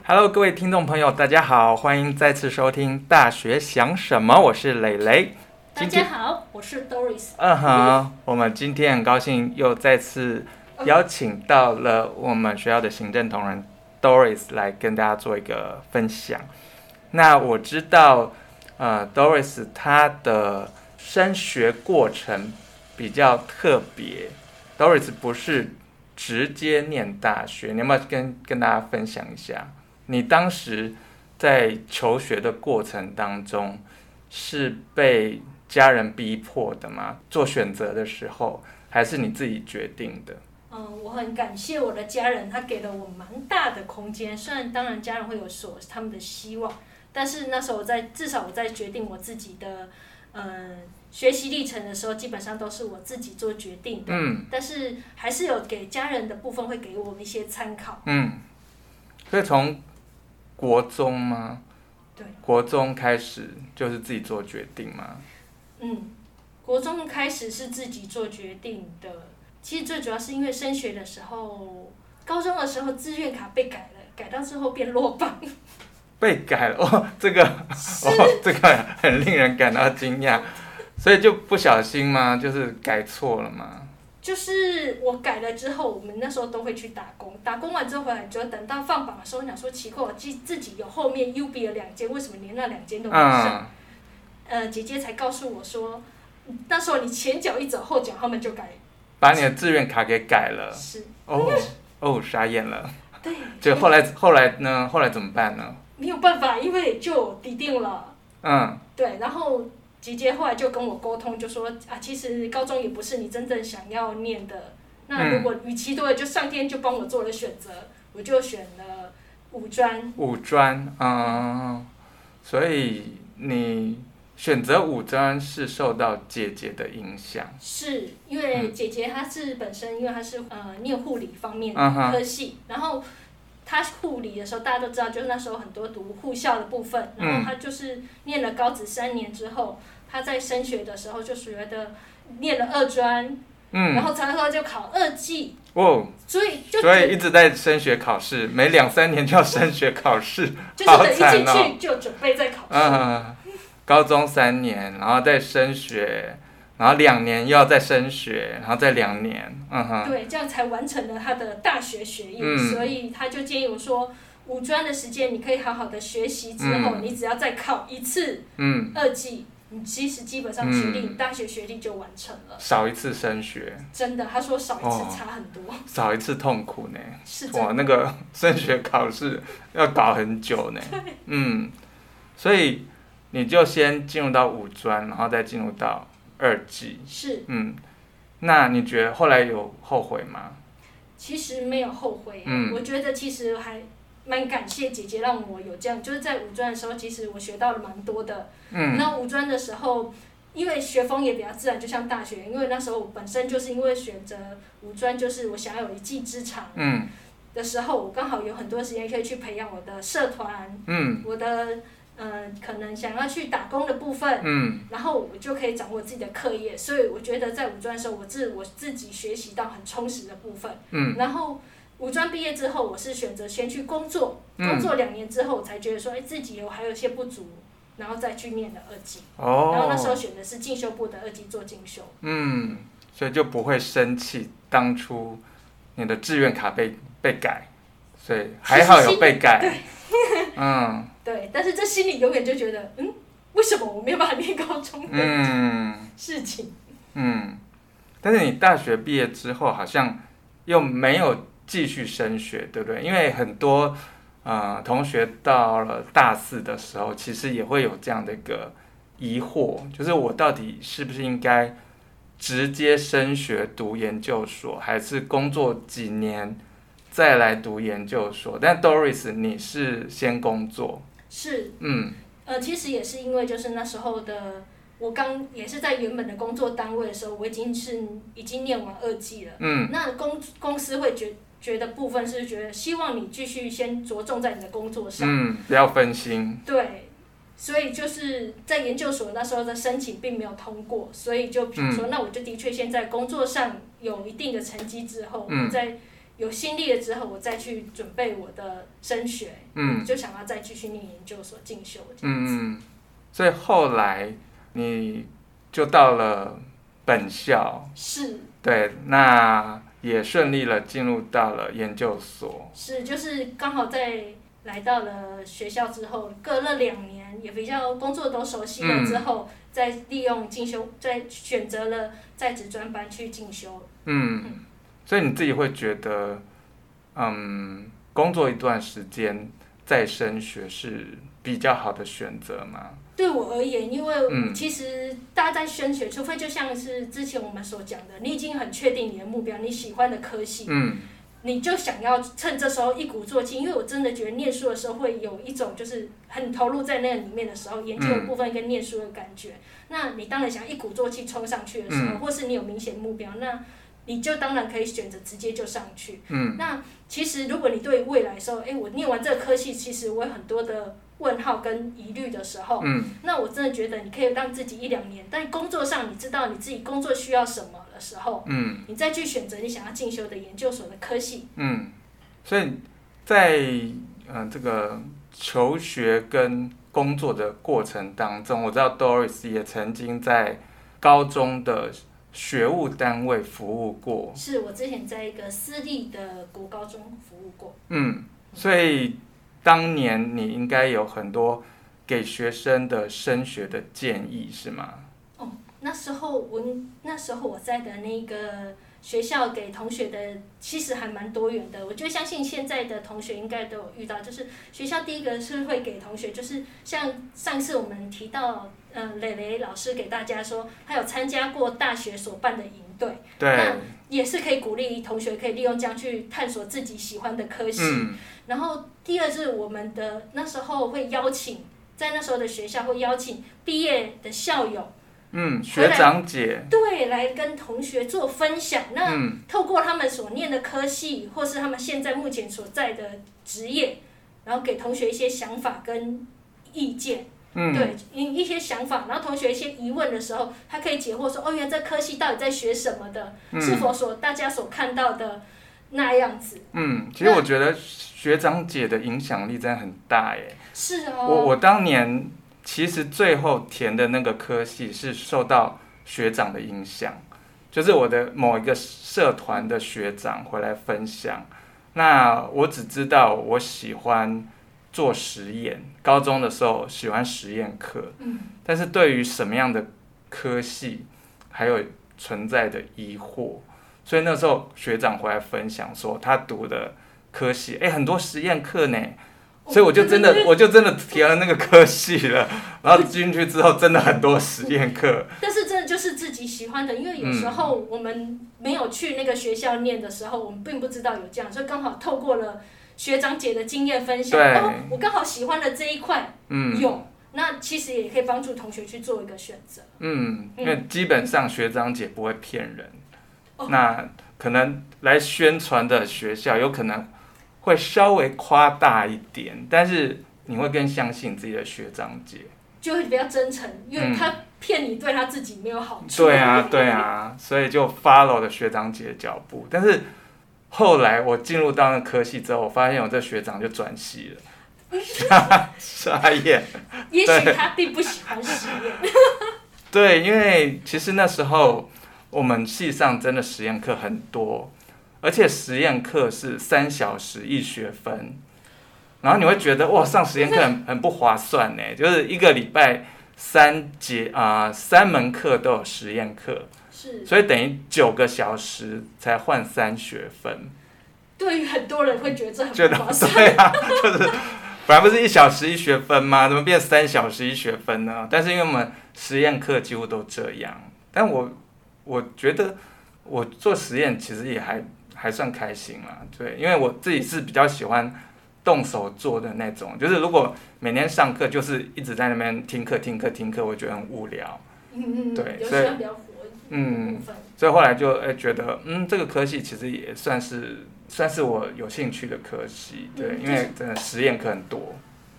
Hello， 各位听众朋友，大家好，欢迎再次收听《大学想什么》，我是蕾蕾。 大家好，我是 Doris。 我们今天很高兴又再次邀请到了我们学校的行政同仁 Doris 来跟大家做一个分享。那我知道，Doris 她的升学过程比较特别 ，Doris 不是直接念大学，你要不要跟大家分享一下？你当时在求学的过程当中，是被家人逼迫的吗？做选择的时候，还是你自己决定的？ 我很感谢我的家人，他给了我蛮大的空间。虽然当然家人会有他们的希望，但是那时候至少我在决定我自己的学习历程的时候，基本上都是我自己做决定的。但是还是有给家人的部分会给我们一些参考。 所以从国中吗？ 对。国中开始就是自己做决定吗？ 国中开始是自己做决定的。其实最主要是因为升学的时候，高中的时候志愿卡被改了，改到之后变落榜。 被改了这个很令人感到惊讶。所以就不小心吗？就是改错了吗？ 就是我改了之后，我们那时候都会去打工，打工完之后回来，就等到放榜的时候，想说奇怪，我自己有后面 UB 的2间，为什么连那2间都没上？姐姐才告诉我说，那时候你前脚一走，后脚他们就改， 把你的志愿卡给改了。 是。 傻眼了。 对。 就后来呢？后来怎么办呢？ 没有办法，因为就抵定了。对，然后姐姐后来就跟我沟通，就说其实高中也不是你真正想要念的。那如果与其对，就上天就帮我做了选择，我就选了五专。 五专，所以你选择五专是受到姐姐的影响。 是因为姐姐她是本身，因为她是念护理方面的科系，然后她护理的时候，大家都知道，就是那时候很多读护校的部分，然后她就是念了高职3年之后，她在升学的时候就觉得念了2专，然后才后就考2技。所以一直在升学考试，每2-3年就要升学考试， 就是等一进去就准备再考试。 高中3年，然后再升学，然后2年又要再升学，然后再2年， 对，这样才完成了他的大学学业。所以他就建议我说，五专的时间你可以好好的学习，之后你只要再考一次2技，你其实基本上你大学学历就完成了。 少一次升学。 真的，他说少一次差很多。 少一次痛苦呢。 是真的。 那个升学考试要搞很久呢。所以你就先进入到五专，然后再进入到2技。 是。 那你觉得后来有后悔吗？ 其实没有后悔。我觉得其实还蛮感谢姐姐让我有这样，就是在五专的时候，其实我学到了蛮多的。那五专的时候，因为学风也比较自然，就像大学，因为那时候我本身就是因为选择五专，就是我想要有一技之长。的时候，我刚好有很多时间可以去培养我的社团。我的可能想要去打工的部分。然后我就可以掌握自己的课业，所以我觉得在五专的时候，我自己学习到很充实的部分。然后五专毕业之后，我是选择先去工作，工作2年之后，我才觉得说，自己还有一些不足，然后再去念了2技。然后那时候选的是进修部的2技做进修。 所以就不会生气当初你的志愿卡被改，所以还好有被改。 对。对，但是这心里永远就觉得，为什么我没有办法念高中的事情？ 但是你大学毕业之后，好像又没有继续升学，对不对？因为很多同学到了大4的时候，其实也会有这样的一个疑惑，就是我到底是不是应该直接升学读研究所，还是工作几年再来读研究所？但 Doris 你是先工作。 是。其实也是因为就是那时候的我也是在原本的工作单位的时候，我已经念完2技了。那公司会觉得部分是觉得希望你继续先着重在你的工作上。 不要分心。 对。所以就是在研究所那时候的申请并没有通过，所以就比如说，那我就的确先在工作上有一定的成绩之后，再有心力了之后，我再去准备我的升学，就想要再继续念研究所进修这样子。 所以后来你就到了本校， 是， 对，那也顺利了进入到了研究所。 是，就是刚好在来到了学校之后，隔了2年，也比较工作都熟悉了之后，再利用进修，再选择了在职专班去进修。 所以你自己会觉得，工作一段时间再升学是比较好的选择吗？ 对我而言，因为其实大家在升学，除非就像是之前我们所讲的，你已经很确定你的目标，你喜欢的科系，你就想要趁这时候一鼓作气。因为我真的觉得念书的时候会有一种就是很投入在那里面的时候，研究的部分跟念书的感觉。那你当然想一鼓作气冲上去的时候，或是你有明显目标，那你就当然可以选择直接就上去。那其实如果你对未来的时候，我念完这个科系，其实我有很多的问号跟疑虑的时候，那我真的觉得你可以让自己1-2年，但工作上你知道你自己工作需要什么的时候，你再去选择你想要进修的研究所的科系。 所以在这个求学跟工作的过程当中，我知道 Doris 也曾经在高中的学务单位服务过。 是，我之前在一个私立的国高中服务过。 所以当年你应该有很多给学生的升学的建议，是吗？ 那时候我在的那个学校给同学的其实还蛮多元的。我觉得相信现在的同学应该都有遇到，就是学校第一个是会给同学，就是像上次我们提到，蕾蕾老师给大家说，他有参加过大学所办的营队，那也是可以鼓励同学可以利用这样去探索自己喜欢的科系。然后第二是我们的那时候会邀请，在那时候的学校会邀请毕业的校友。 学长姐对，来跟同学做分享。那透过他们所念的科系，或是他们现在目前所在的职业，然后给同学一些想法跟意见。对，一些想法，然后同学一些疑问的时候，他可以解惑说，原来这科系到底在学什么的，是否大家所看到的那样子。 其实我觉得学长姐的影响力真的很大耶。 是哦。 我当年其实最后填的那个科系是受到学长的影响，就是我的某一个社团的学长回来分享。那我只知道我喜欢做实验，高中的时候喜欢实验课，但是对于什么样的科系还有存在的疑惑，所以那时候学长回来分享说他读的科系，很多实验课呢。所以我就真的填了那个科系了，然后进去之后真的很多实验课。 但是真的就是自己喜欢的，因为有时候我们没有去那个学校念的时候，我们并不知道有这样，所以刚好透过了学长姐的经验分享，我刚好喜欢的这一块有，那其实也可以帮助同学去做一个选择。 因为基本上学长姐不会骗人，那可能来宣传的学校有可能会稍微夸大一点，但是你会更相信自己的学长姐， 就会比较真诚，因为他骗你对他自己没有好处。 对啊，所以就 follow 了学长姐的脚步。但是后来我进入到那科系之后，我发现我这学长就转系了，傻眼。 也许他并不喜欢实验。 对，因为其实那时候我们系上真的实验课很多。而且实验课是3小时1学分，然后你会觉得哇，上实验课很不划算呢，就是一个礼拜3门课都有实验课，所以等于9个小时才换3学分。 对于很多人会觉得这很不划算。 对啊，就是本来不是1小时1学分吗？怎么变3小时1学分呢？但是因为我们实验课几乎都这样，但我觉得我做实验其实也还算开心啦，对，因为我自己是比较喜欢动手做的那种，就是如果每天上课就是一直在那边听课，我觉得很无聊。对，所以所以后来就觉得这个科系其实也算是我有兴趣的科系，对，因为真的实验课很多。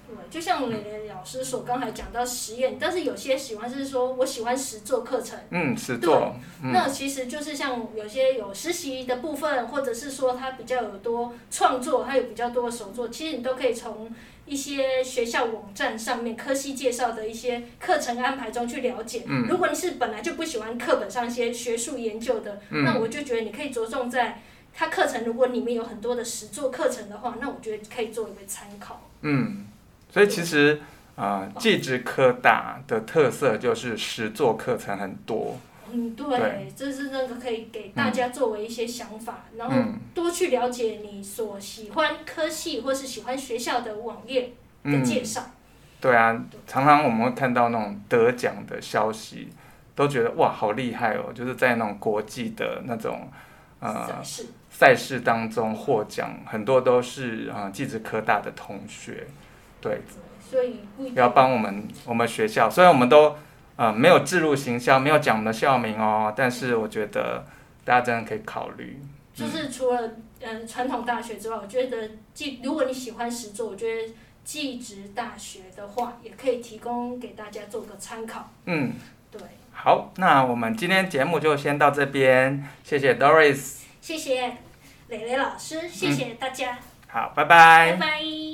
对，就像蕾蕾老师所刚才讲到实验，但是有些喜欢是说我喜欢实作课程。 实作。 那其实就是像有些有实习的部分，或者是说他比较有多创作，他有比较多的手作，其实你都可以从一些学校网站上面科系介绍的一些课程安排中去了解。如果你是本来就不喜欢课本上一些学术研究的，那我就觉得你可以着重在它课程，如果里面有很多的实作课程的话，那我觉得可以作为一个参考。 所以其实技职科大的特色就是实作课程很多。 对，这是那个可以给大家作为一些想法，然后多去了解你所喜欢科系或是喜欢学校的网页的介绍。 对啊，常常我们会看到那种得奖的消息，都觉得哇好厉害哦，就是在那种国际的那种赛事当中获奖，很多都是技职科大的同学。对， 所以不要帮我们学校，虽然我们都没有置入行销，没有讲我们的校名哦，但是我觉得大家真的可以考虑。 就是除了传统大学之外，我觉得如果你喜欢实作，我觉得技职大学的话，也可以提供给大家做个参考。对。 好，那我们今天节目就先到这边，谢谢 Doris， 谢谢蕾蕾老师，谢谢大家。 好，拜拜。 拜拜。